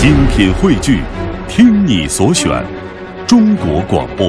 精品汇聚，听你所选，中国广播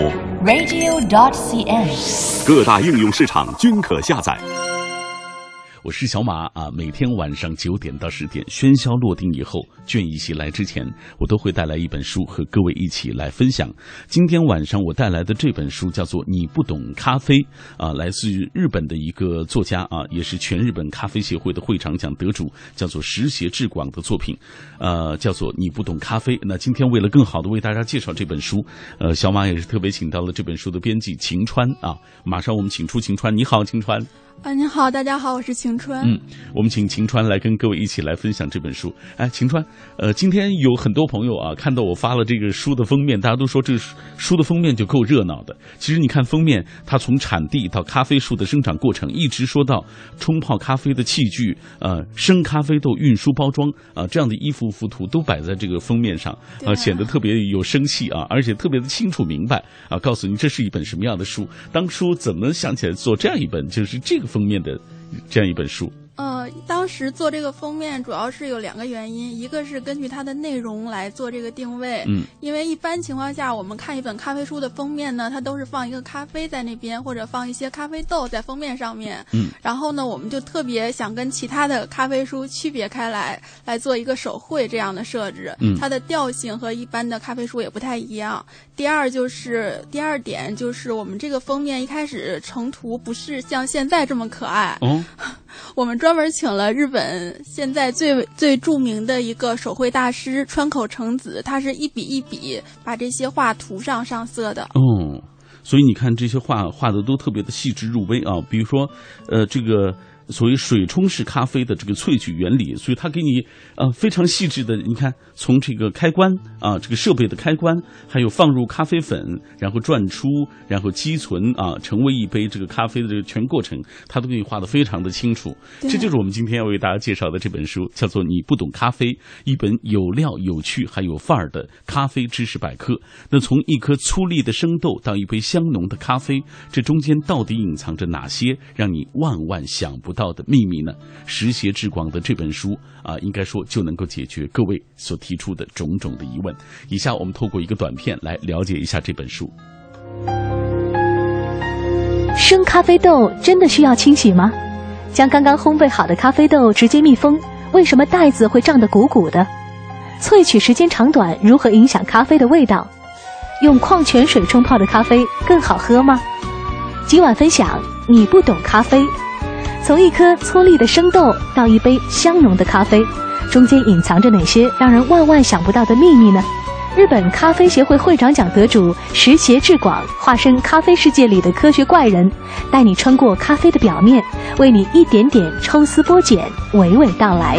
radio.cn， 各大应用市场均可下载。 我是小马啊，每天晚上9点到10点，喧嚣落定以后，倦意袭来之前，我都会带来一本书和各位一起来分享。今天晚上我带来的这本书叫做《你不懂咖啡》啊，来自于日本的一个作家啊，也是全日本咖啡协会的会长奖得主，叫做石胁志广的作品，叫做《你不懂咖啡》。那今天为了更好的为大家介绍这本书，小马也是特别请到了这本书的编辑晴川啊，马上我们请出晴川。你好，晴川。 您好，大家好，我是晴川。 我们请晴川来跟各位一起来分享这本书。哎，晴川，今天有很多朋友啊，看到我发了这个书的封面，大家都说这个书的封面就够热闹的。其实你看封面，它从产地到咖啡树的生长过程，一直说到冲泡咖啡的器具，生咖啡豆运输包装啊，这样的一幅幅图都摆在这个封面上，显得特别有生气啊，而且特别的清楚明白啊，告诉你这是一本什么样的书。当初怎么想起来做这样一本，就是这个封面的这样一本书？ 当时做这个封面主要是有2个原因，一个是根据它的内容来做这个定位，因为一般情况下我们看一本咖啡书的封面呢，它都是放一个咖啡在那边，或者放一些咖啡豆在封面上面，然后呢，我们就特别想跟其他的咖啡书区别开来做一个手绘这样的设置，它的调性和一般的咖啡书也不太一样。第二点就是我们这个封面一开始成图不是像现在这么可爱，我们专门请了日本现在最著名的一个手绘大师川口诚子，他是一笔一笔把这些画涂上色的。 所以你看这些画的都特别的细致入微啊，比如说这个所谓水冲式咖啡的这个萃取原理，所以它给你非常细致的，你看从这个开关啊，这个设备的开关，还有放入咖啡粉，然后转出，然后积存啊，成为一杯这个咖啡的这个全过程，它都给你画得非常的清楚。这就是我们今天要为大家介绍的这本书，叫做《你不懂咖啡》，一本有料、有趣还有范儿的咖啡知识百科。那从一颗粗粒的生豆到一杯香浓的咖啡，这中间到底隐藏着哪些让你万万想不到的秘密呢？石胁志广的这本书啊，应该说就能够解决各位所提出的种种的疑问。以下我们透过一个短片来了解一下这本书。 生咖啡豆真的需要清洗吗？将刚刚烘焙好的咖啡豆直接密封，为什么袋子会胀得鼓鼓的？萃取时间长短如何影响咖啡的味道？用矿泉水冲泡的咖啡更好喝吗？今晚分享你不懂咖啡，从一颗粗粒的生豆到一杯香浓的咖啡，中间隐藏着哪些让人万万想不到的秘密呢？日本咖啡协会会长奖得主石胁志广化身咖啡世界里的科学怪人，带你穿过咖啡的表面，为你一点点抽丝剥茧，娓娓道来。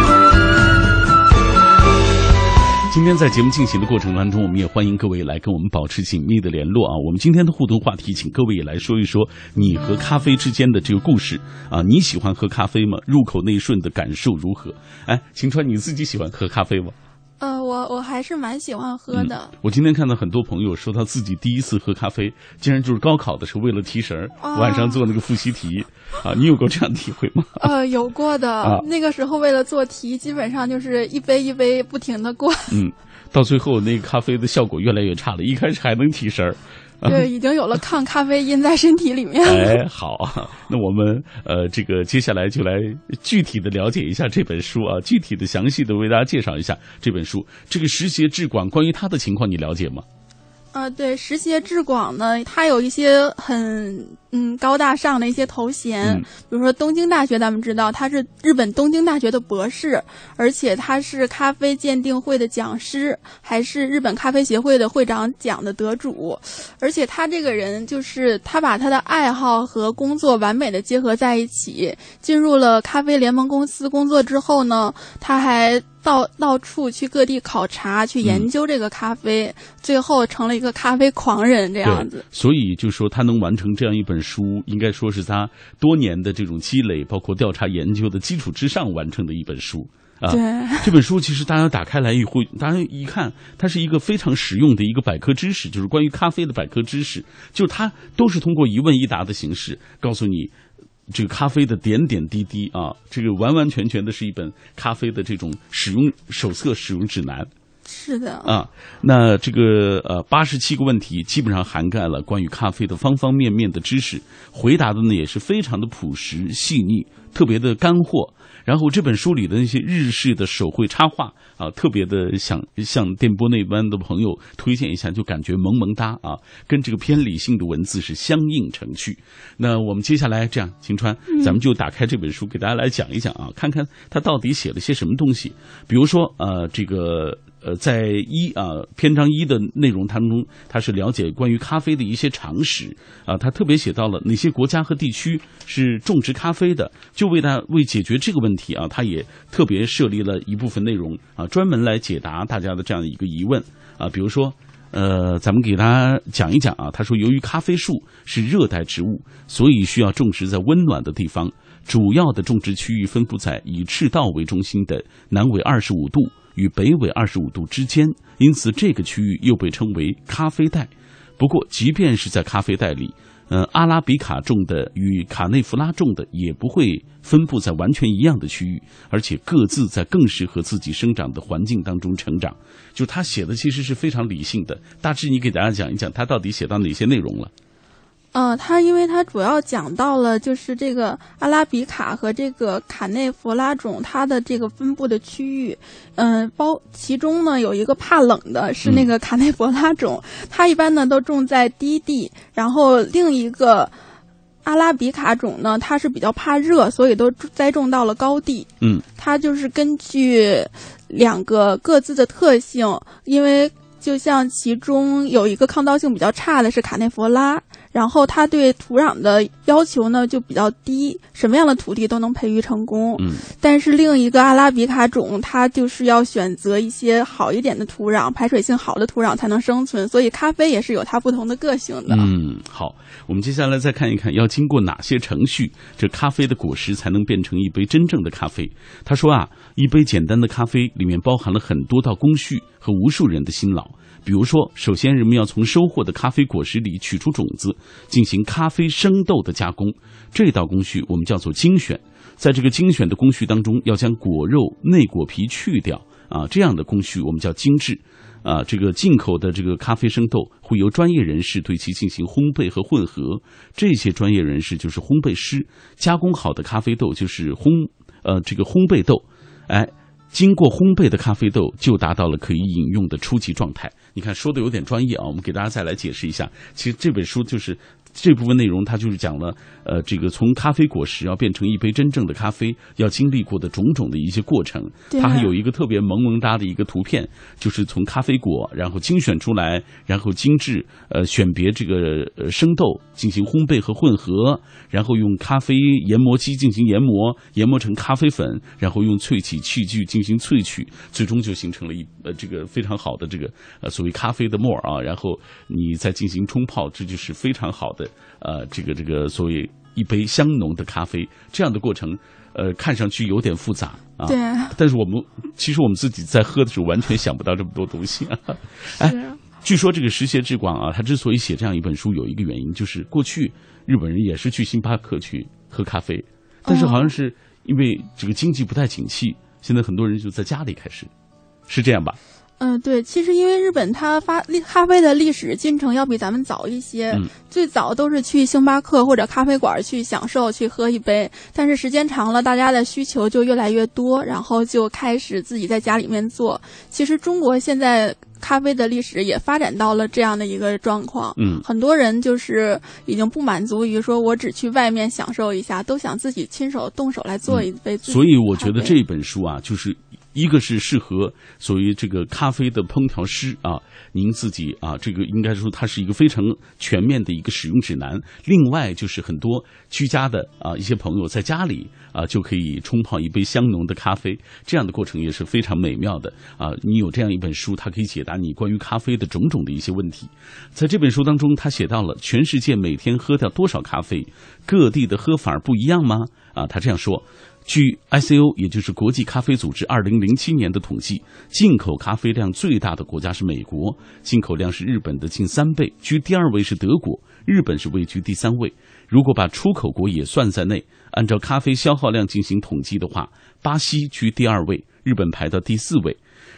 今天在节目进行的过程当中，我们也欢迎各位来跟我们保持紧密的联络啊。我们今天的互动话题，请各位也来说一说你和咖啡之间的这个故事啊。你喜欢喝咖啡吗？入口内顺的感受如何？哎，晴川，你自己喜欢喝咖啡吗？ 我还是蛮喜欢喝的。 我今天看到很多朋友说他自己第一次喝咖啡，竟然就是高考的时候为了提神，晚上做那个复习题啊。你有过这样的体会吗？ 有过的。那个时候为了做题，基本上就是一杯一杯不停的灌。 到最后那个咖啡的效果越来越差了，一开始还能提神。 对，已经有了抗咖啡因在身体里面。 哎，好啊，那我们这个接下来就来具体的了解一下这本书啊，具体的详细的为大家介绍一下这本书。这个石胁志广关于他的情况你了解吗？ 对，石胁志广呢，他有一些很高大上的一些头衔，比如说东京大学，咱们知道他是日本东京大学的博士，而且他是咖啡鉴定会的讲师，还是日本咖啡协会的会长奖的得主。而且他这个人就是他把他的爱好和工作完美的结合在一起。进入了咖啡联盟公司工作之后呢，他还到处去各地考察，去研究这个咖啡，最后成了一个咖啡狂人这样子。 所以就说他能完成这样一本书，应该说是他多年的这种积累，包括调查研究的基础之上完成的一本书。 对， 这本书其实大家打开来以后，大家一看，它是一个非常实用的一个百科知识，就是关于咖啡的百科知识，就它都是通过一问一答的形式告诉你这个咖啡的点点滴滴啊，这个完完全全的是一本咖啡的这种使用手册、使用指南。 是的啊，那这个87个问题基本上涵盖了关于咖啡的方方面面的知识，回答的呢也是非常的朴实细腻，特别的干货。然后这本书里的那些日式的手绘插画啊，特别的想向电波那边的朋友推荐一下，就感觉萌萌哒啊，跟这个偏理性的文字是相映成趣。那我们接下来这样，晴川，咱们就打开这本书给大家来讲一讲啊，看看它到底写了些什么东西。比如说这个在篇章1的内容当中，他是了解关于咖啡的一些常识啊，他特别写到了哪些国家和地区是种植咖啡的，就为解决这个问题啊，他也特别设立了一部分内容啊，专门来解答大家的这样的一个疑问啊，比如说咱们给大家讲一讲啊，他说由于咖啡树是热带植物，所以需要种植在温暖的地方，主要的种植区域分布在以赤道为中心的南纬25度与北纬25度之间，因此这个区域又被称为咖啡带。不过即便是在咖啡带里，阿拉比卡种的与卡内弗拉种的也不会分布在完全一样的区域，而且各自在更适合自己生长的环境当中成长。就他写的其实是非常理性的，大致你给大家讲一讲他到底写到哪些内容了。 因为它主要讲到了就是这个阿拉比卡和这个卡内弗拉种它的这个分布的区域，其中呢有一个怕冷的是那个卡内弗拉种，它一般呢都种在低地，然后另一个阿拉比卡种呢它是比较怕热，所以都栽种到了高地。它就是根据两个各自的特性，因为就像其中有一个抗造性比较差的是卡内弗拉，然后它对土壤的要求呢就比较低，什么样的土地都能培育成功。但是另一个阿拉比卡种它就是要选择一些好一点的土壤，排水性好的土壤才能生存，所以咖啡也是有它不同的个性的。 好，我们接下来再看一看要经过哪些程序，这咖啡的果实才能变成一杯真正的咖啡。他说一杯简单的咖啡里面包含了很多道工序和无数人的辛劳。比如说，首先人们要从收获的咖啡果实里取出种子，进行咖啡生豆的加工，这道工序我们叫做精选。在这个精选的工序当中，要将果肉内果皮去掉这样的工序我们叫精制。这个进口的这个咖啡生豆会由专业人士对其进行烘焙和混合，这些专业人士就是烘焙师，加工好的咖啡豆就是烘焙豆，经过烘焙的咖啡豆就达到了可以饮用的初级状态。你看说的有点专业啊，我们给大家再来解释一下。其实这本书就是这部分内容，它就是讲了这个从咖啡果实要变成一杯真正的咖啡要经历过的种种的一些过程。它还有一个特别萌萌哒的一个图片，就是从咖啡果然后精选出来，然后精制选别这个生豆进行烘焙和混合，然后用咖啡研磨机进行研磨成咖啡粉，然后用萃取器具进行萃取，最终就形成了这个非常好的这个所谓咖啡的沫然后你再进行冲泡，这就是非常好的这个所谓一杯香浓的咖啡。这样的过程看上去有点复杂对， 但是其实我们自己在喝的时候完全想不到这么多东西据说这个石胁志广他之所以写这样一本书有一个原因，就是过去日本人也是去星巴克去喝咖啡，但是好像是因为这个经济不太景气，现在很多人就在家里开始，是这样吧？ 对，其实因为日本它咖啡的历史进程要比咱们早一些，最早都是去星巴克或者咖啡馆去享受去喝一杯，但是时间长了，大家的需求就越来越多，然后就开始自己在家里面做。其实中国现在咖啡的历史也发展到了这样的一个状况，很多人就是已经不满足于说我只去外面享受一下，都想自己亲手动手来做一杯自己的咖啡。 所以我觉得这本书就是一个是适合所谓这个咖啡的烹调师您自己这个应该说它是一个非常全面的一个使用指南。另外就是很多居家的一些朋友在家里就可以冲泡一杯香浓的咖啡，这样的过程也是非常美妙的你有这样一本书，它可以解答你关于咖啡的种种的一些问题。在这本书当中，他写到了全世界每天喝掉多少咖啡，各地的喝法不一样吗？他这样说。据 ICO 也就是国际咖啡组织2007年的统计，进口咖啡量最大的国家是美国，进口量是日本的近3倍，居第2位是德国，日本是位居第3位。如果把出口国也算在内，按照咖啡消耗量进行统计的话，巴西居第2位，日本排到第4位。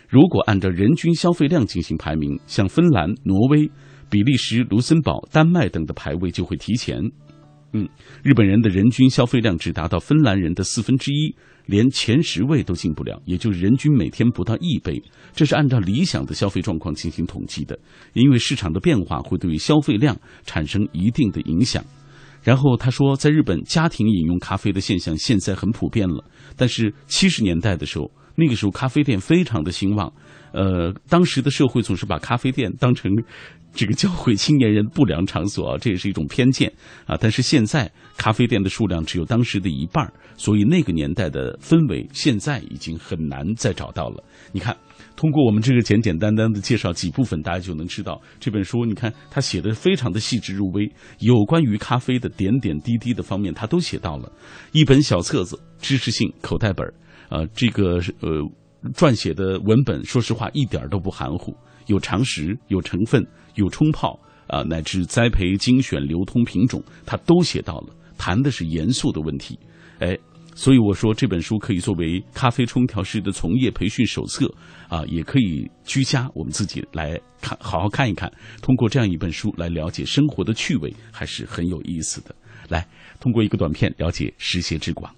如果按照人均消费量进行排名，像芬兰、挪威、比利时、卢森堡、丹麦等的排位就会提前。日本人的人均消费量只达到芬兰人的1/4，连前10位都进不了，也就是人均每天不到1杯。这是按照理想的消费状况进行统计的，因为市场的变化会对于消费量产生一定的影响。然后他说，在日本家庭饮用咖啡的现象现在很普遍了，但是70年代的时候，那个时候咖啡店非常的兴旺，当时的社会总是把咖啡店当成这个教会青年人不良场所啊，这也是一种偏见啊。但是现在咖啡店的数量只有当时的1半，所以那个年代的氛围现在已经很难再找到了。你看，通过我们这个简简单单的介绍几部分，大家就能知道这本书，你看它写的非常的细致入微，有关于咖啡的点点滴滴的方面，它都写到了。一本小册子，知识性口袋本，撰写的文本，说实话一点都不含糊，有常识，有成分，有冲泡乃至栽培、精选、流通品种，它都写到了，谈的是严肃的问题。所以我说这本书可以作为咖啡冲调师的从业培训手册也可以居家我们自己来看，好好看一看。通过这样一本书来了解生活的趣味，还是很有意思的。来，通过一个短片了解石协志广。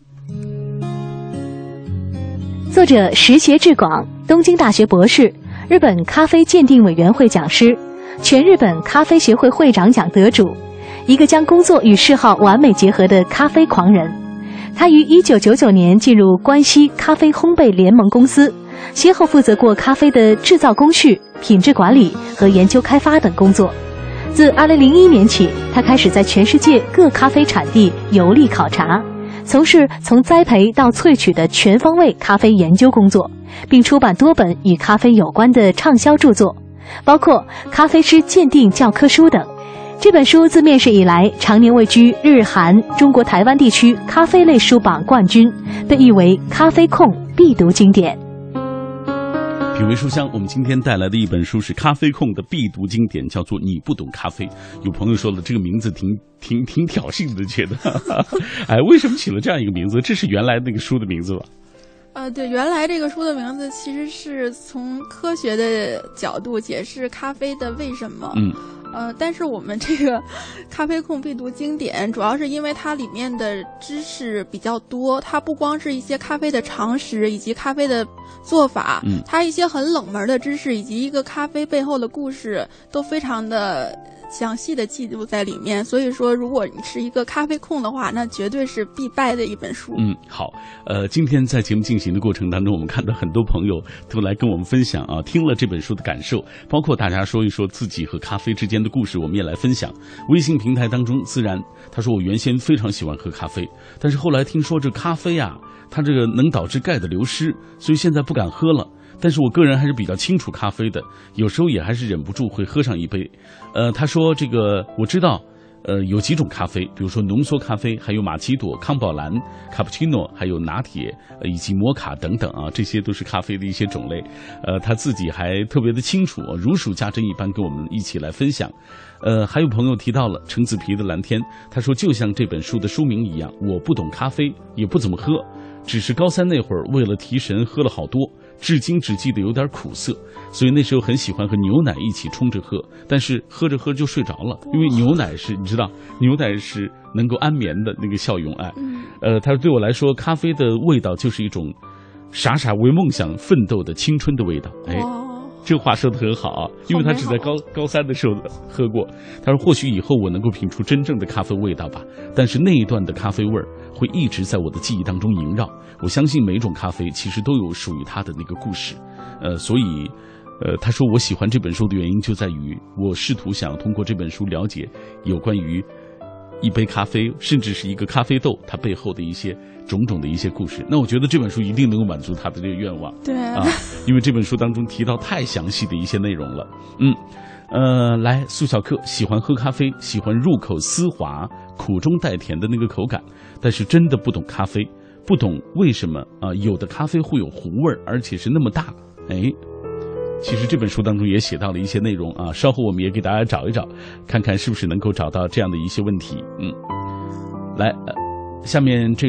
作者石协志广，东京大学博士，日本咖啡鉴定委员会讲师，全日本咖啡协会会长奖得主，一个将工作与嗜好完美结合的咖啡狂人。他于1999年进入关西咖啡烘焙联盟公司，先后负责过咖啡的制造工序、品质管理和研究开发等工作。自2001年起，他开始在全世界各咖啡产地游历考察，从事从栽培到萃取的全方位咖啡研究工作，并出版多本与咖啡有关的畅销著作，包括《咖啡师鉴定教科书》等。这本书自面世以来，常年位居日韩、中国台湾地区咖啡类书榜冠军，被誉为咖啡控必读经典。 品味书香，我们今天带来的一本书是咖啡控的必读经典，叫做《你不懂咖啡》。有朋友说了，这个名字挺挑衅的，觉得，为什么起了这样一个名字？这是原来那个书的名字吧？ 对，原来这个书的名字其实是从科学的角度解释咖啡的为什么。但是我们这个咖啡控必读经典，主要是因为它里面的知识比较多，它不光是一些咖啡的常识以及咖啡的做法，它一些很冷门的知识以及一个咖啡背后的故事都非常的详细的记录在里面。所以说，如果你是一个咖啡控的话，那绝对是必败的一本书。 好，今天在节目进行的过程当中，我们看到很多朋友都来跟我们分享听了这本书的感受，包括大家说一说自己和咖啡之间的故事，我们也来分享。微信平台当中，自然他说我原先非常喜欢喝咖啡，但是后来听说这咖啡它这个能导致钙的流失，所以现在不敢喝了。但是我个人还是比较清楚咖啡的，有时候也还是忍不住会喝上一杯。他说这个我知道，有几种咖啡，比如说浓缩咖啡，还有玛奇朵、康宝蓝、卡布奇诺，还有拿铁，以及摩卡等等这些都是咖啡的一些种类。他自己还特别的清楚，如数家珍一般跟我们一起来分享。还有朋友提到了橙子皮的蓝天，他说就像这本书的书名一样，我不懂咖啡，也不怎么喝，只是高3那会儿为了提神喝了好多，至今只记得有点苦涩，所以那时候很喜欢和牛奶一起冲着喝，但是喝着喝着就睡着了，因为牛奶是你知道，牛奶是能够安眠的那个效用。他说对我来说，咖啡的味道就是一种傻傻为梦想奋斗的青春的味道。这话说得很好因为他只在高3的时候喝过。他说或许以后我能够品出真正的咖啡味道吧，但是那一段的咖啡味儿会一直在我的记忆当中萦绕。我相信每一种咖啡其实都有属于它的那个故事。所以他说我喜欢这本书的原因就在于我试图想通过这本书了解有关于一杯咖啡，甚至是一个咖啡豆它背后的一些种种的一些故事。那我觉得这本书一定能够满足他的这个愿望。 对因为这本书当中提到太详细的一些内容了。来，苏小克喜欢喝咖啡，喜欢入口丝滑、苦中带甜的那个口感，但是真的不懂咖啡，不懂为什么有的咖啡会有糊味儿，而且是那么大。其实这本书当中也写到了一些内容稍后我们也给大家找一找，看看是不是能够找到这样的一些问题。来，下面这一段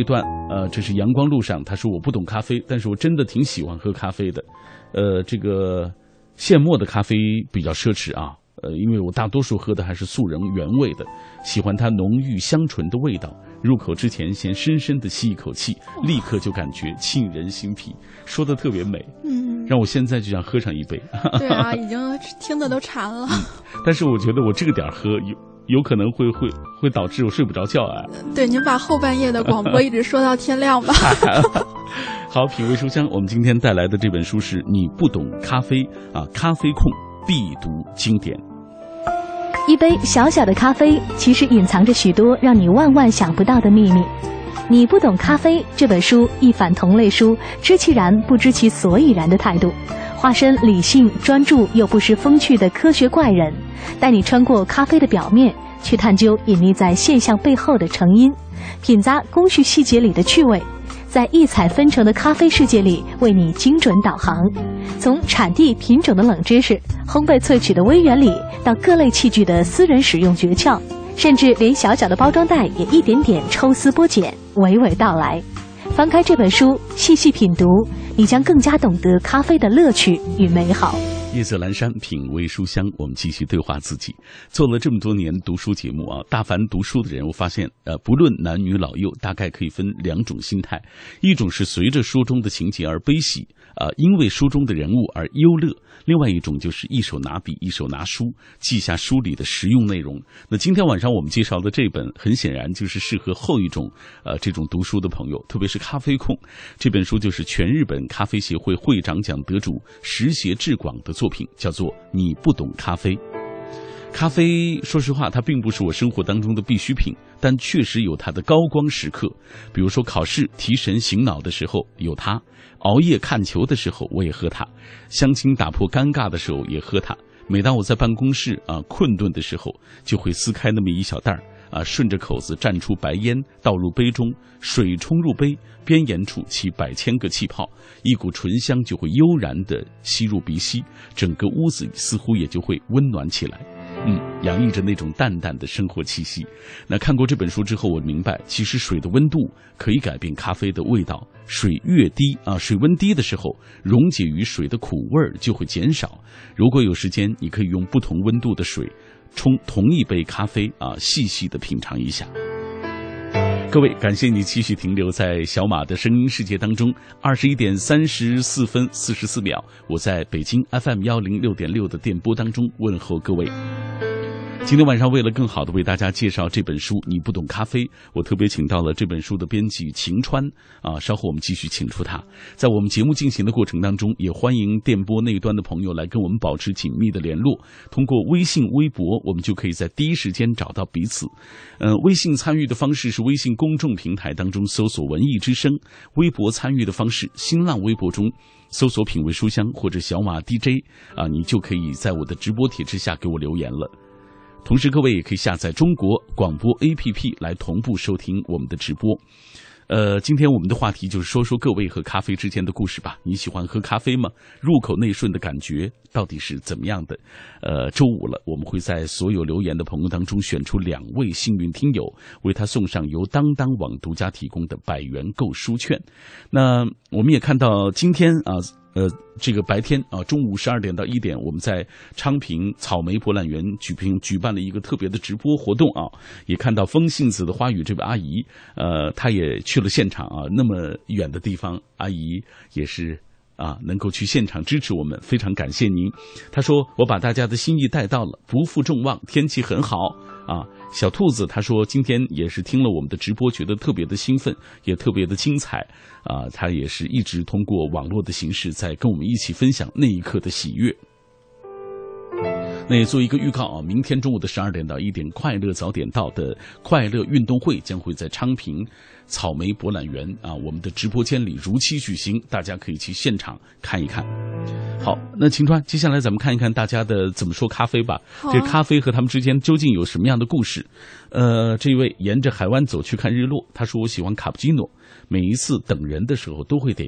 这是阳光路上，他说我不懂咖啡，但是我真的挺喜欢喝咖啡的。这个现磨的咖啡比较奢侈啊，因为我大多数喝的还是素人原味的，喜欢它浓郁香醇的味道。入口之前先深深的吸一口气，立刻就感觉沁人心脾，说的特别美。让我现在就想喝上一杯。 对啊，已经听的都馋了。 但是我觉得我这个点喝有可能会导致我睡不着觉啊。 对，您把后半夜的广播一直说到天亮吧。 好，品味书香，我们今天带来的这本书是你不懂咖啡啊，咖啡控必读经典。 一杯小小的咖啡，其实隐藏着许多让你万万想不到的秘密。你不懂咖啡这本书一反同类书知其然不知其所以然的态度，化身理性专注又不失风趣的科学怪人，带你穿过咖啡的表面，去探究隐匿在现象背后的成因，品咂工序细节里的趣味，在异彩纷呈的咖啡世界里为你精准导航。从产地品种的冷知识，烘焙萃取的微原理，到各类器具的私人使用诀窍，甚至连小小的包装袋也一点点抽丝剥茧，娓娓道来。翻开这本书，细细品读，你将更加懂得咖啡的乐趣与美好。 夜色阑珊，品味书香，我们继续对话自己。做了这么多年读书节目啊，大凡读书的人，我发现不论男女老幼，大概可以分两种心态。一种是随着书中的情节而悲喜，因为书中的人物而忧乐；另外一种就是一手拿笔，一手拿书，记下书里的实用内容。那今天晚上我们介绍的这本，很显然就是适合后一种这种读书的朋友，特别是咖啡控。这本书就是全日本咖啡协会会长奖得主石胁志广的作品，叫做《你不懂咖啡》。咖啡，说实话，它并不是我生活当中的必需品，但确实有它的高光时刻。比如说考试提神醒脑的时候有它，熬夜看球的时候我也喝它，相亲打破尴尬的时候也喝它。每当我在办公室困顿的时候，就会撕开那么一小袋顺着口子蘸出白烟，倒入杯中，水冲入杯，边沿处起100千个气泡，一股醇香就会悠然地吸入鼻息，整个屋子似乎也就会温暖起来。洋溢着那种淡淡的生活气息。那看过这本书之后，我明白，其实水的温度可以改变咖啡的味道。水越低水温低的时候，溶解于水的苦味就会减少。如果有时间，你可以用不同温度的水冲同一杯咖啡细细的品尝一下。各位，感谢你继续停留在小马的声音世界当中。21点34分44秒，我在北京 FM 106.6的电波当中问候各位。今天晚上为了更好的为大家介绍这本书《你不懂咖啡》，我特别请到了这本书的编辑秦川稍后我们继续请出他。在我们节目进行的过程当中，也欢迎电波那一端的朋友来跟我们保持紧密的联络。通过微信、微博，我们就可以在第一时间找到彼此。微信参与的方式是微信公众平台当中搜索文艺之声，微博参与的方式，新浪微博中搜索品味书香或者小马 DJ 你就可以在我的直播帖之下给我留言了。同时各位也可以下载中国广播 APP 来同步收听我们的直播。今天我们的话题就是说说各位和咖啡之间的故事吧。你喜欢喝咖啡吗？入口内顺的感觉到底是怎么样的？周五了，我们会在所有留言的朋友当中选出2位幸运听友，为他送上由当当网独家提供的100元购书券。那我们也看到今天这个白天中午12点到1点，我们在昌平草莓博览园举办了一个特别的直播活动也看到风信子的花语这位阿姨，她也去了现场那么远的地方，阿姨也是能够去现场支持我们，非常感谢您。她说我把大家的心意带到了，不负众望，天气很好小兔子他说今天也是听了我们的直播，觉得特别的兴奋，也特别的精彩他也是一直通过网络的形式在跟我们一起分享那一刻的喜悦。那也做一个预告明天中午的12点到1点，快乐早点到的快乐运动会将会在昌平草莓博览园我们的直播间里如期举行，大家可以去现场看一看。好，那秦川，接下来咱们看一看大家的怎么说咖啡吧。这咖啡和他们之间究竟有什么样的故事？这位沿着海湾走去看日落，他说我喜欢卡布奇诺，每一次等人的时候都会点一杯，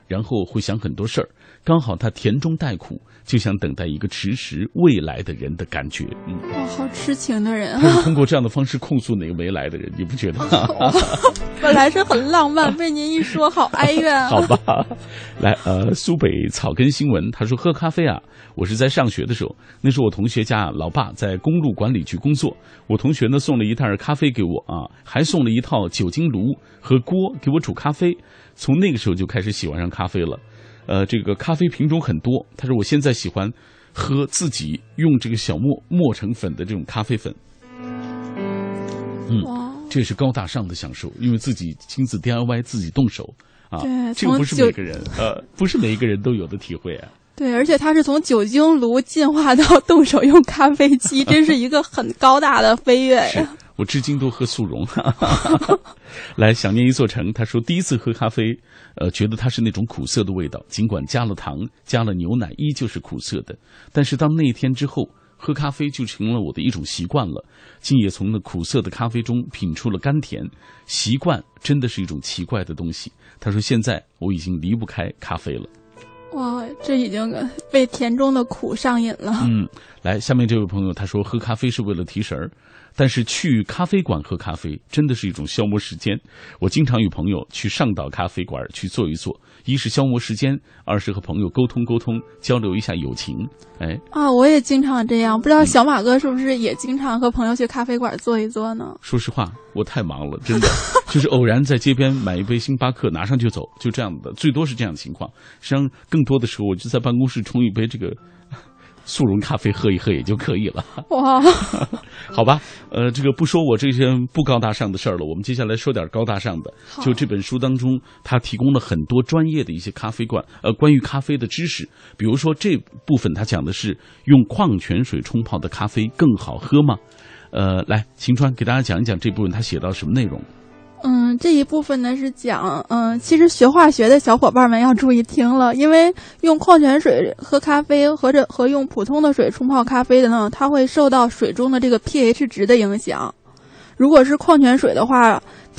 然后会想很多事儿，刚好他甜中带苦，就想等待一个迟迟未来的人的感觉。 哇，好痴情的人啊！ 他是通过这样的方式控诉哪个没来的人，你不觉得吗？ 本来是很浪漫，被您一说，好哀怨啊！ 好吧，来，苏北草根新闻，他说喝咖啡啊，我是在上学的时候，那时候我同学家老爸在公路管理局工作，我同学呢送了一袋咖啡给我啊，还送了一套酒精炉和锅给我煮咖啡。从那个时候就开始喜欢上咖啡了，这个咖啡品种很多。他说我现在喜欢喝自己用这个小磨成粉的这种咖啡粉，这是高大上的享受，因为自己亲自 DIY 自己动手啊，这个不是每个人不是每一个人都有的体会啊。 对，而且它是从酒精炉进化到动手用咖啡机，真是一个很高大的飞跃呀！ 我至今都喝速溶。来，想念一座城，他说第一次喝咖啡，觉得它是那种苦涩的味道，尽管加了糖、加了牛奶，依旧是苦涩的。但是当那一天之后，喝咖啡就成了我的一种习惯了，竟也从那苦涩的咖啡中品出了甘甜。习惯真的是一种奇怪的东西。他说现在我已经离不开咖啡了。 哇，这已经被甜中的苦上瘾了。 来，下面这位朋友他说喝咖啡是为了提神儿，但是去咖啡馆喝咖啡真的是一种消磨时间。我经常与朋友去上岛咖啡馆去坐一坐，一是消磨时间，二是和朋友沟通沟通，交流一下友情。 我也经常这样，不知道小马哥是不是也经常和朋友去咖啡馆坐一坐呢？ 说实话，我太忙了，真的就是偶然在街边买一杯星巴克拿上就走，就这样的，最多是这样的情况。实际上更多的时候我就在办公室冲一杯这个速溶咖啡喝一喝也就可以了。 哇， 好吧，这个不说我这些不高大上的事儿了，我们接下来说点高大上的。就这本书当中，他提供了很多专业的一些咖啡馆，关于咖啡的知识。比如说这部分他讲的是用矿泉水冲泡的咖啡更好喝吗？来，秦川给大家讲一讲这部分他写到什么内容。 这一部分呢是讲，其实学化学的小伙伴们要注意听了，因为用矿泉水喝咖啡和用普通的水冲泡咖啡的呢，它会受到水中的这个 pH 值的影响。如果是矿泉水的话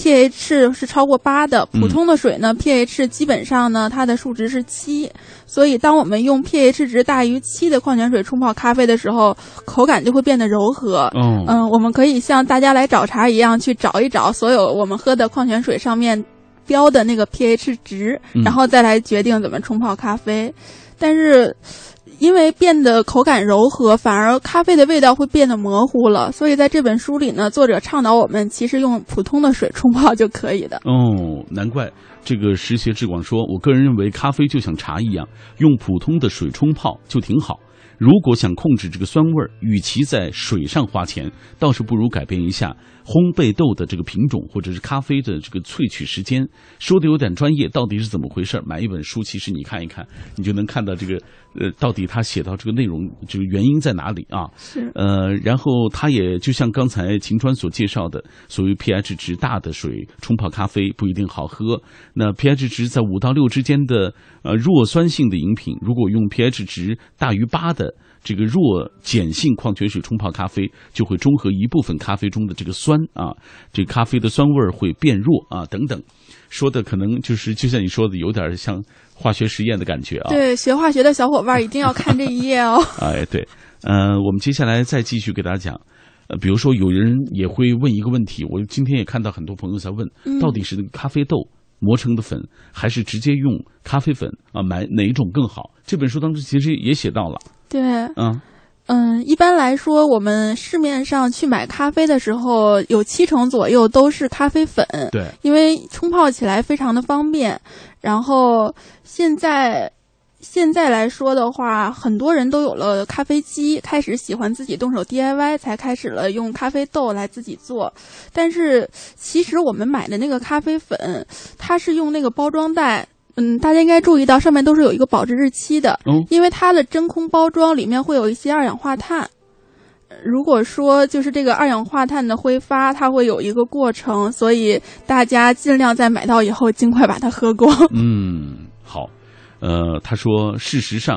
pH 是超过8的，普通的水呢 pH 基本上呢它的数值是7，所以当我们用 pH 值大于7的矿泉水冲泡咖啡的时候，口感就会变得柔和。我们可以像大家来找茬一样去找一找所有我们喝的矿泉水上面标的那个 pH 值，然后再来决定怎么冲泡咖啡。但是因为变得口感柔和，反而咖啡的味道会变得模糊了，所以在这本书里呢，作者倡导我们其实用普通的水冲泡就可以的。 难怪这个实学志广说，我个人认为咖啡就像茶一样，用普通的水冲泡就挺好。如果想控制这个酸味儿，与其在水上花钱，倒是不如改变一下烘焙豆的这个品种，或者是咖啡的这个萃取时间。说的有点专业，到底是怎么回事？买一本书，其实你看一看，你就能看到这个到底他写到这个内容，这个原因在哪里啊？ 是。 然后他也就像刚才秦川所介绍的，所谓 pH 值大的水冲泡咖啡不一定好喝。那 pH 值在5到6之间的弱酸性的饮品，如果用 pH 值大于8的这个弱碱性矿泉水冲泡咖啡，就会中和一部分咖啡中的这个酸啊，这个咖啡的酸味会变弱啊，等等。说的可能就像你说的，有点像化学实验的感觉啊。 对，学化学的小伙伴一定要看这一页哦。 对，我们接下来再继续给大家讲。比如说有人也会问一个问题，我今天也看到很多朋友在问，到底是那个咖啡豆磨成的粉，还是直接用咖啡粉啊？买哪一种更好？这本书当中其实也写到了。 对，一般来说，我们市面上去买咖啡的时候，有70%左右都是咖啡粉。 对， 因为冲泡起来非常的方便。然后现在来说的话，很多人都有了咖啡机，开始喜欢自己动手 DIY， 才开始了用咖啡豆来自己做。但是其实我们买的那个咖啡粉，它是用那个包装袋。大家应该注意到上面都是有一个保质日期的，因为它的真空包装里面会有一些二氧化碳。如果说就是这个二氧化碳的挥发，它会有一个过程，所以大家尽量在买到以后尽快把它喝光。 好。他说事实上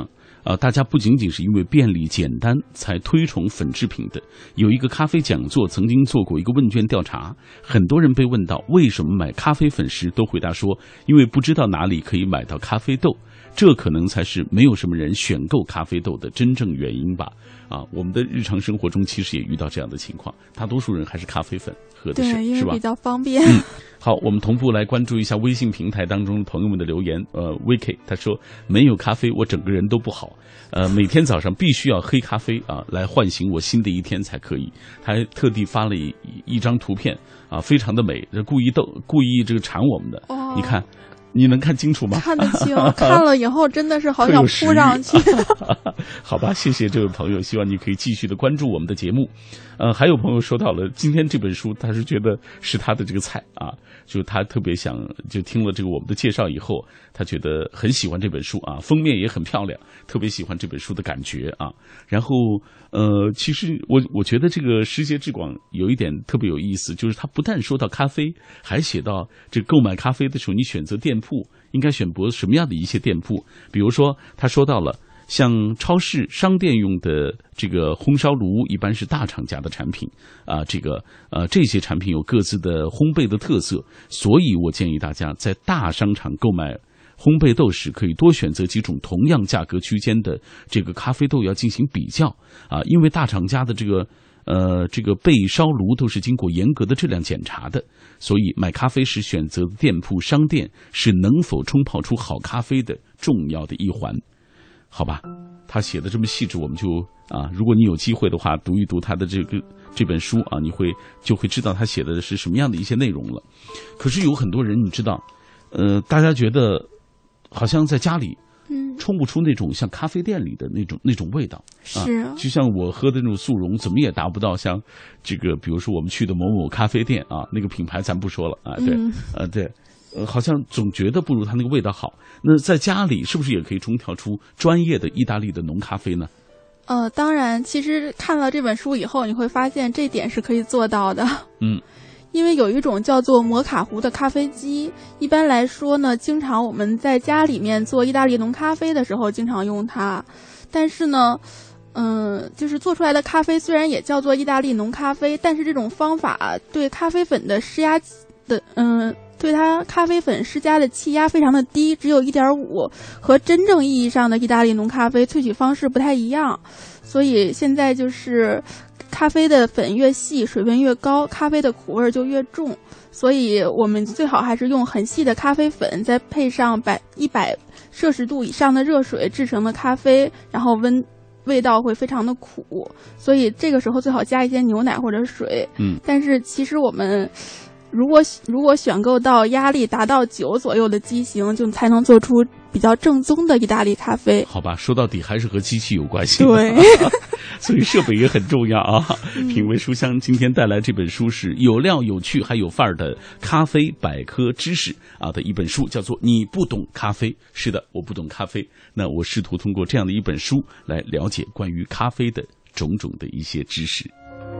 大家不仅仅是因为便利简单才推崇粉制品的。有一个咖啡讲座曾经做过一个问卷调查，很多人被问到为什么买咖啡粉时都回答说，因为不知道哪里可以买到咖啡豆。这可能才是没有什么人选购咖啡豆的真正原因吧。我们的日常生活中其实也遇到这样的情况，大多数人还是咖啡粉喝的是， 对，因为是吧？ 比较方便。 好，我们同步来关注一下微信平台当中朋友们的留言。Vicky 他说，没有咖啡我整个人都不好，每天早上必须要黑咖啡来唤醒我新的一天才可以。他还特地发了一张图片非常的美，故意这个馋我们的。你看。你能看清楚吗？ 看得清，看了以后真的是好想扑上去。 好吧，谢谢这位朋友，希望你可以继续的关注我们的节目。还有朋友说到了今天这本书，他是觉得是他的这个菜就他特别想，就听了这个我们的介绍以后，他觉得很喜欢这本书封面也很漂亮，特别喜欢这本书的感觉然后其实我觉得这个诗协志广有一点特别有意思，就是他不但说到咖啡，还写到这购买咖啡的时候，你选择店铺应该选择什么样的一些店铺。比如说他说到了像超市商店用的这个烘烧炉一般是大厂家的产品这些产品有各自的烘焙的特色，所以我建议大家在大商场购买烘焙豆时可以多选择几种同样价格区间的这个咖啡豆要进行比较因为大厂家的这个焙烧炉都是经过严格的质量检查的，所以买咖啡时选择的店铺商店是能否冲泡出好咖啡的重要的一环。好吧，他写的这么细致，我们就如果你有机会的话，读一读他的这本书你就会知道他写的是什么样的一些内容了。可是有很多人，你知道，大家觉得好像在家里冲不出那种像咖啡店里的那种味道就像我喝的那种速溶，怎么也达不到像这个，比如说我们去的某某咖啡店那个品牌咱不说了对。好像总觉得不如它那个味道好。那在家里是不是也可以冲调出专业的意大利的浓咖啡呢？ 当然，其实看了这本书以后，你会发现这点是可以做到的。因为有一种叫做摩卡壶的咖啡机，一般来说呢，经常我们在家里面做意大利浓咖啡的时候经常用它，但是呢就是做出来的咖啡虽然也叫做意大利浓咖啡，但是这种方法对咖啡粉的施压的对它咖啡粉施加的气压非常的低，只有 1.5， 和真正意义上的意大利浓咖啡萃取方式不太一样。所以现在就是咖啡的粉越细，水分越高，咖啡的苦味就越重。所以我们最好还是用很细的咖啡粉，再配上100摄氏度以上的热水制成的咖啡，然后味道会非常的苦。所以这个时候最好加一些牛奶或者水。但是其实我们如果选购到压力达到9左右的机型，就才能做出比较正宗的意大利咖啡。 好吧，说到底还是和机器有关系。 对， 所以设备也很重要品味书香今天带来这本书是有料有趣还有范儿的咖啡百科知识的一本书，叫做《你不懂咖啡》。是的，我不懂咖啡，那我试图通过这样的一本书来了解关于咖啡的种种的一些知识。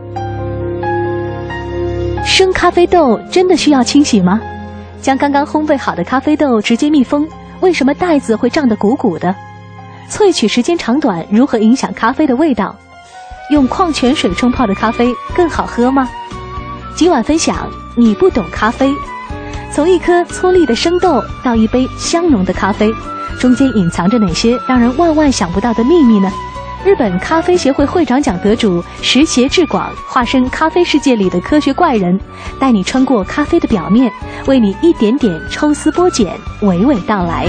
生咖啡豆真的需要清洗吗？将刚刚烘焙好的咖啡豆直接密封，为什么袋子会胀得鼓鼓的？萃取时间长短如何影响咖啡的味道？用矿泉水冲泡的咖啡更好喝吗？今晚分享你不懂咖啡，从一颗粗粒的生豆到一杯香浓的咖啡，中间隐藏着哪些让人万万想不到的秘密呢？日本咖啡协会会长奖得主石协志广化身咖啡世界里的科学怪人，带你穿过咖啡的表面，为你一点点抽丝剥茧，娓娓道来。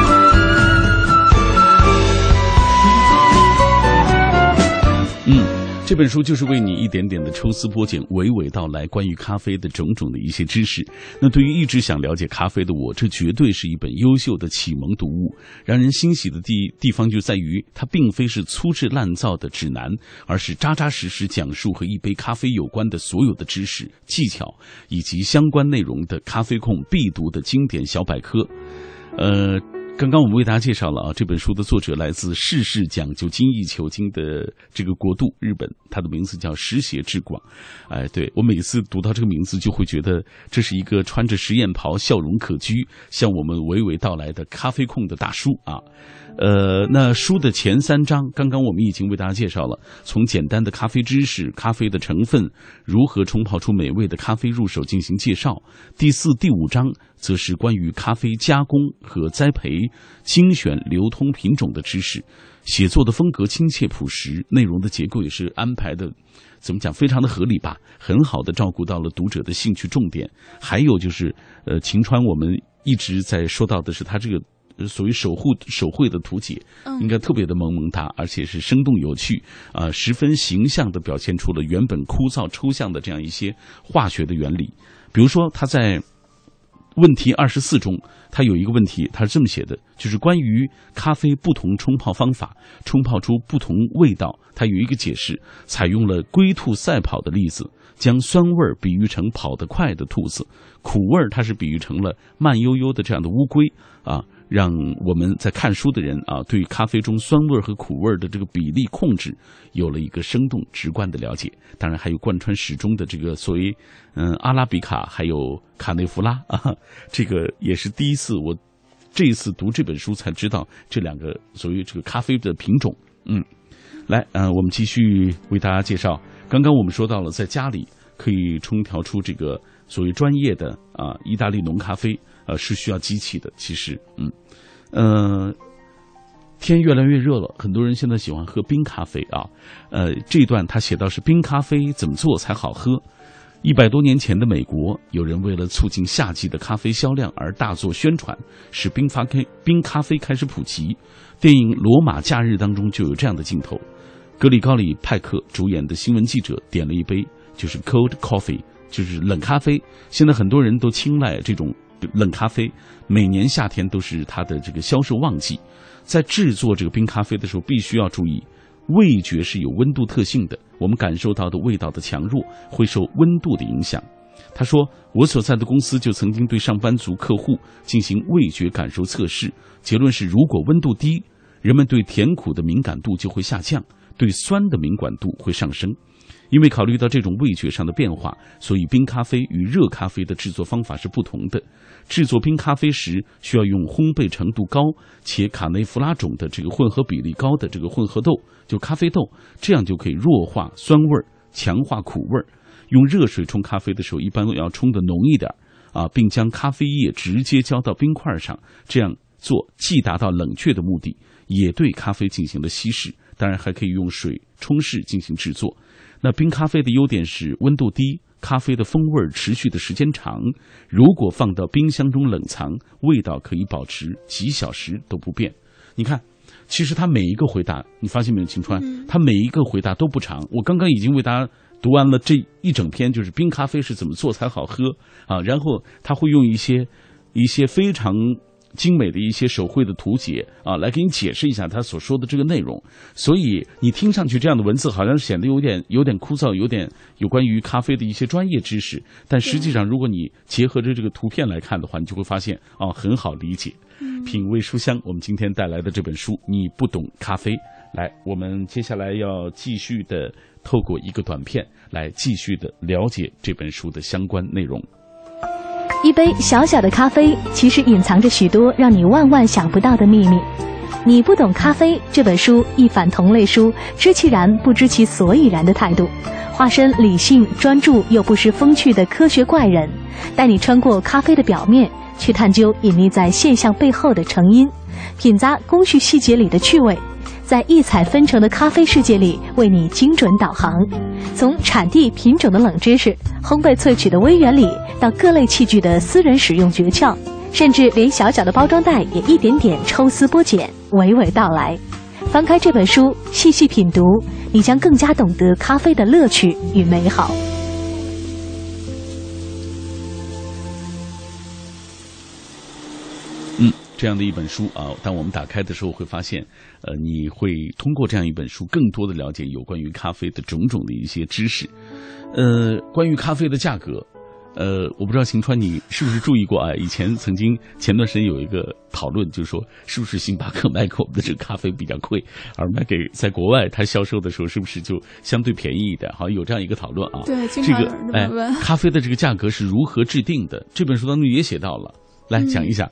这本书就是为你一点点的抽丝剥茧，娓娓道来关于咖啡的种种的一些知识。那对于一直想了解咖啡的我，这绝对是一本优秀的启蒙读物。让人欣喜的地方就在于，它并非是粗制滥造的指南，而是扎扎实实讲述和一杯咖啡有关的所有的知识、技巧以及相关内容的咖啡控必读的经典小百科。刚刚我们为大家介绍了这本书的作者来自事事讲究精益求精的这个国度日本，他的名字叫石协志广。对，我每次读到这个名字就会觉得这是一个穿着实验袍笑容可掬向我们娓娓道来的咖啡控的大叔那书的前3章，刚刚我们已经为大家介绍了，从简单的咖啡知识、咖啡的成分、如何冲泡出美味的咖啡入手进行介绍。第4、第5章则是关于咖啡加工和栽培、精选流通品种的知识。写作的风格亲切朴实，内容的结构也是安排的，怎么讲，非常的合理吧，很好的照顾到了读者的兴趣重点。还有就是，晴川我们一直在说到的是他这个所谓手绘的图解，应该特别的萌萌哒，而且是生动有趣十分形象的表现出了原本枯燥抽象的这样一些化学的原理。比如说他在问题24中，他有一个问题，他是这么写的，就是关于咖啡不同冲泡方法，冲泡出不同味道。他有一个解释，采用了龟兔赛跑的例子，将酸味比喻成跑得快的兔子，苦味它是比喻成了慢悠悠的这样的乌龟让我们在看书的人对咖啡中酸味和苦味的这个比例控制有了一个生动直观的了解。当然还有贯穿始终的这个所谓阿拉比卡还有卡内弗拉这个也是第一次，我这一次读这本书才知道这2个所谓这个咖啡的品种。来我们继续为大家介绍，刚刚我们说到了在家里可以冲调出这个所谓专业的意大利浓咖啡是需要机器的。其实天越来越热了，很多人现在喜欢喝冰咖啡这一段他写到是冰咖啡怎么做才好喝。100多年前的美国，有人为了促进夏季的咖啡销量而大做宣传，使冰咖啡开始普及。电影《罗马假日》当中就有这样的镜头，格里高里·派克主演的新闻记者点了一杯就是 cold coffee， 就是冷咖啡。现在很多人都青睐这种冷咖啡，每年夏天都是它的这个销售旺季。在制作这个冰咖啡的时候，必须要注意味觉是有温度特性的，我们感受到的味道的强弱会受温度的影响。他说，我所在的公司就曾经对上班族客户进行味觉感受测试，结论是如果温度低，人们对甜苦的敏感度就会下降，对酸的敏感度会上升。因为考虑到这种味觉上的变化，所以冰咖啡与热咖啡的制作方法是不同的。制作冰咖啡时需要用烘焙程度高且卡内弗拉种的这个混合比例高的这个混合豆，就咖啡豆，这样就可以弱化酸味，强化苦味。用热水冲咖啡的时候，一般要冲得浓一点并将咖啡液直接浇到冰块上，这样做既达到冷却的目的，也对咖啡进行了稀释。当然还可以用水冲释进行制作。那冰咖啡的优点是温度低，咖啡的风味持续的时间长，如果放到冰箱中冷藏，味道可以保持几小时都不变。你看，其实他每一个回答，你发现没有，晴川，他每一个回答都不长。我刚刚已经为大家读完了这一整篇，就是冰咖啡是怎么做才好喝然后他会用一些非常精美的一些手绘的图解来给你解释一下他所说的这个内容。所以你听上去这样的文字好像显得有点枯燥，有关于咖啡的一些专业知识，但实际上如果你结合着这个图片来看的话，你就会发现很好理解。品味书香，我们今天带来的这本书《你不懂咖啡》，来，我们接下来要继续的透过一个短片来继续的了解这本书的相关内容。 一杯小小的咖啡，其实隐藏着许多让你万万想不到的秘密。你不懂咖啡这本书一反同类书知其然不知其所以然的态度，化身理性专注又不失风趣的科学怪人，带你穿过咖啡的表面，去探究隐匿在现象背后的成因，品咂工序细节里的趣味，在异彩纷呈的咖啡世界里为你精准导航。从产地品种的冷知识，烘焙萃取的微原理，到各类器具的私人使用诀窍，甚至连小小的包装袋也一点点抽丝剥茧，娓娓道来。翻开这本书，细细品读，你将更加懂得咖啡的乐趣与美好。 这样的一本书当我们打开的时候会发现，你会通过这样一本书更多的了解有关于咖啡的种种的一些知识。关于咖啡的价格，我不知道晴川你是不是注意过以前前段时间有一个讨论，就是说是不是星巴克卖给我们的这个咖啡比较贵，而卖给在国外它销售的时候是不是就相对便宜一点？好像有这样一个讨论对，经常有人这么问。 咖啡的这个价格是如何制定的？这本书当中也写到了，来讲一下。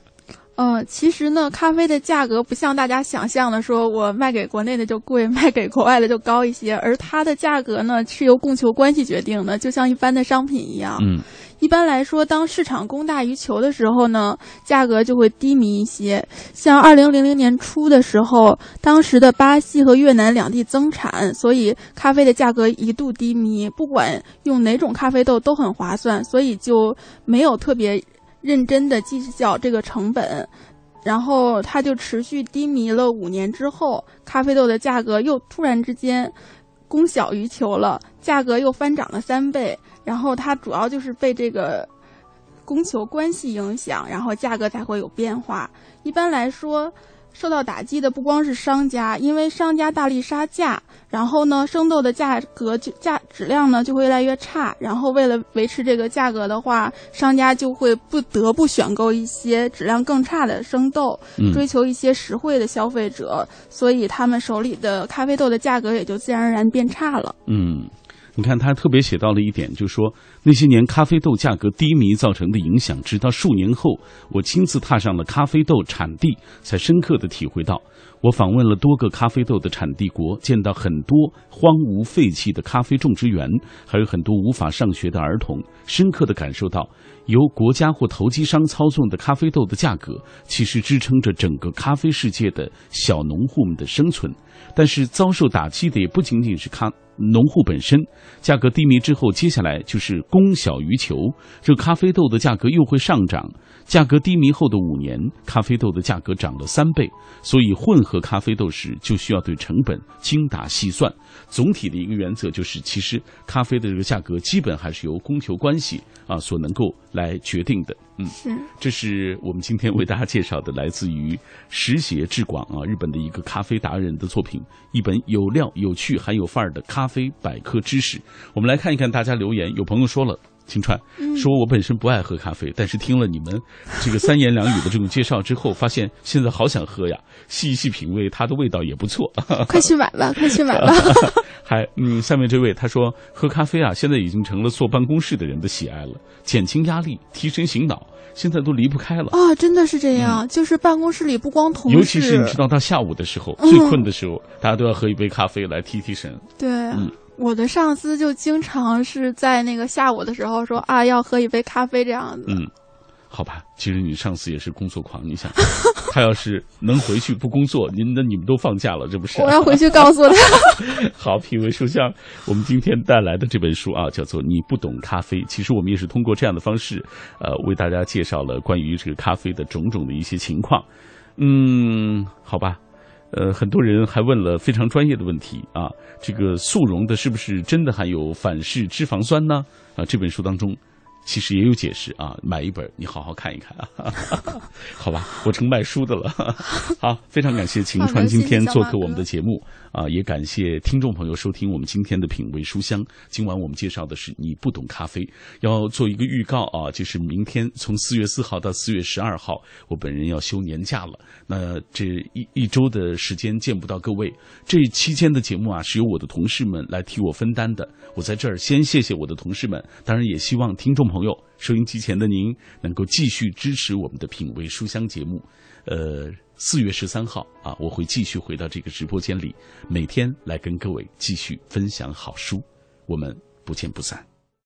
其实呢，咖啡的价格不像大家想象的说我卖给国内的就贵，卖给国外的就高一些，而它的价格呢是由供求关系决定的，就像一般的商品一样。一般来说，当市场供大于求的时候呢，价格就会低迷一些。像2000年初的时候，当时的巴西和越南两地增产，所以咖啡的价格一度低迷，不管用哪种咖啡豆都很划算，所以就没有特别认真的计较这个成本。然后它就持续低迷了5年之后，咖啡豆的价格又突然之间供小于求了，价格又翻涨了3倍。然后它主要就是被这个供求关系影响，然后价格才会有变化。一般来说，受到打击的不光是商家，因为商家大力杀价，然后呢，生豆的质量呢就会越来越差，然后为了维持这个价格的话，商家就会不得不选购一些质量更差的生豆，追求一些实惠的消费者，所以他们手里的咖啡豆的价格也就自然而然变差了。 你看他特别写到了一点，就是说那些年咖啡豆价格低迷造成的影响，直到数年后我亲自踏上了咖啡豆产地，才深刻地体会到。我访问了多个咖啡豆的产地国，见到很多荒芜废弃的咖啡种植园，还有很多无法上学的儿童，深刻地感受到由国家或投机商操纵的咖啡豆的价格，其实支撑着整个咖啡世界的小农户们的生存。但是遭受打击的也不仅仅是农户本身，价格低迷之后，接下来就是供小于求，这咖啡豆的价格又会上涨。价格低迷后的5年，咖啡豆的价格涨了3倍，所以混合咖啡豆时就需要对成本精打细算。总体的一个原则就是，其实咖啡的这个价格基本还是由供求关系所能够来决定的。这是我们今天为大家介绍的来自于石胁志广日本的一个咖啡达人的作品，一本有料有趣还有范儿的咖啡百科知识。我们来看一看大家留言。有朋友说了，青川说，我本身不爱喝咖啡，但是听了你们这个3言2语的这种介绍之后，发现现在好想喝呀，细一细品味，它的味道也不错。 快去买吧，快去买吧。 下面这位他说，喝咖啡现在已经成了坐办公室的人的喜爱了，减轻压力，提神醒脑，现在都离不开了真的是这样。就是办公室里不光同事， 尤其是你知道到下午的时候，最困的时候，大家都要喝一杯咖啡来提提神。 对，我的上司就经常是在那个下午的时候说要喝一杯咖啡这样子。 好吧，其实你上司也是工作狂，你想，他要是能回去不工作，你们都放假了，这不是？ 我要回去告诉他。 好，品味书香，我们今天带来的这本书叫做《你不懂咖啡》。其实我们也是通过这样的方式，为大家介绍了关于这个咖啡的种种的一些情况。好吧。很多人还问了非常专业的问题这个速溶的是不是真的含有反式脂肪酸呢？这本书当中其实也有解释买一本你好好看一看好吧，我成卖书的了。好，非常感谢秦川今天做客我们的节目也感谢听众朋友收听我们今天的品味书香。今晚我们介绍的是你不懂咖啡，要做一个预告就是明天从4月4号到4月12号，我本人要休年假了。那这一周的时间见不到各位，这期间的节目是由我的同事们来替我分担的。我在这儿先谢谢我的同事们，当然也希望听众朋友收音机前的您能够继续支持我们的品味书香节目。4月13号我会继续回到这个直播间里，每天来跟各位继续分享好书，我们不见不散。